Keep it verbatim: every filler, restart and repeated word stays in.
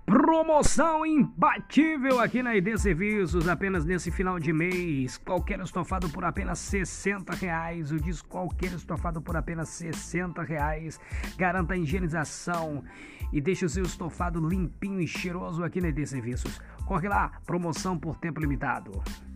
Promoção imbatível aqui na I D Serviços, apenas nesse final de mês. Qualquer estofado por apenas sessenta reais. Eu disse qualquer estofado por apenas sessenta reais. Garanta a higienização e deixa o seu estofado limpinho e cheiroso aqui na I D Serviços. Corre lá, promoção por tempo limitado.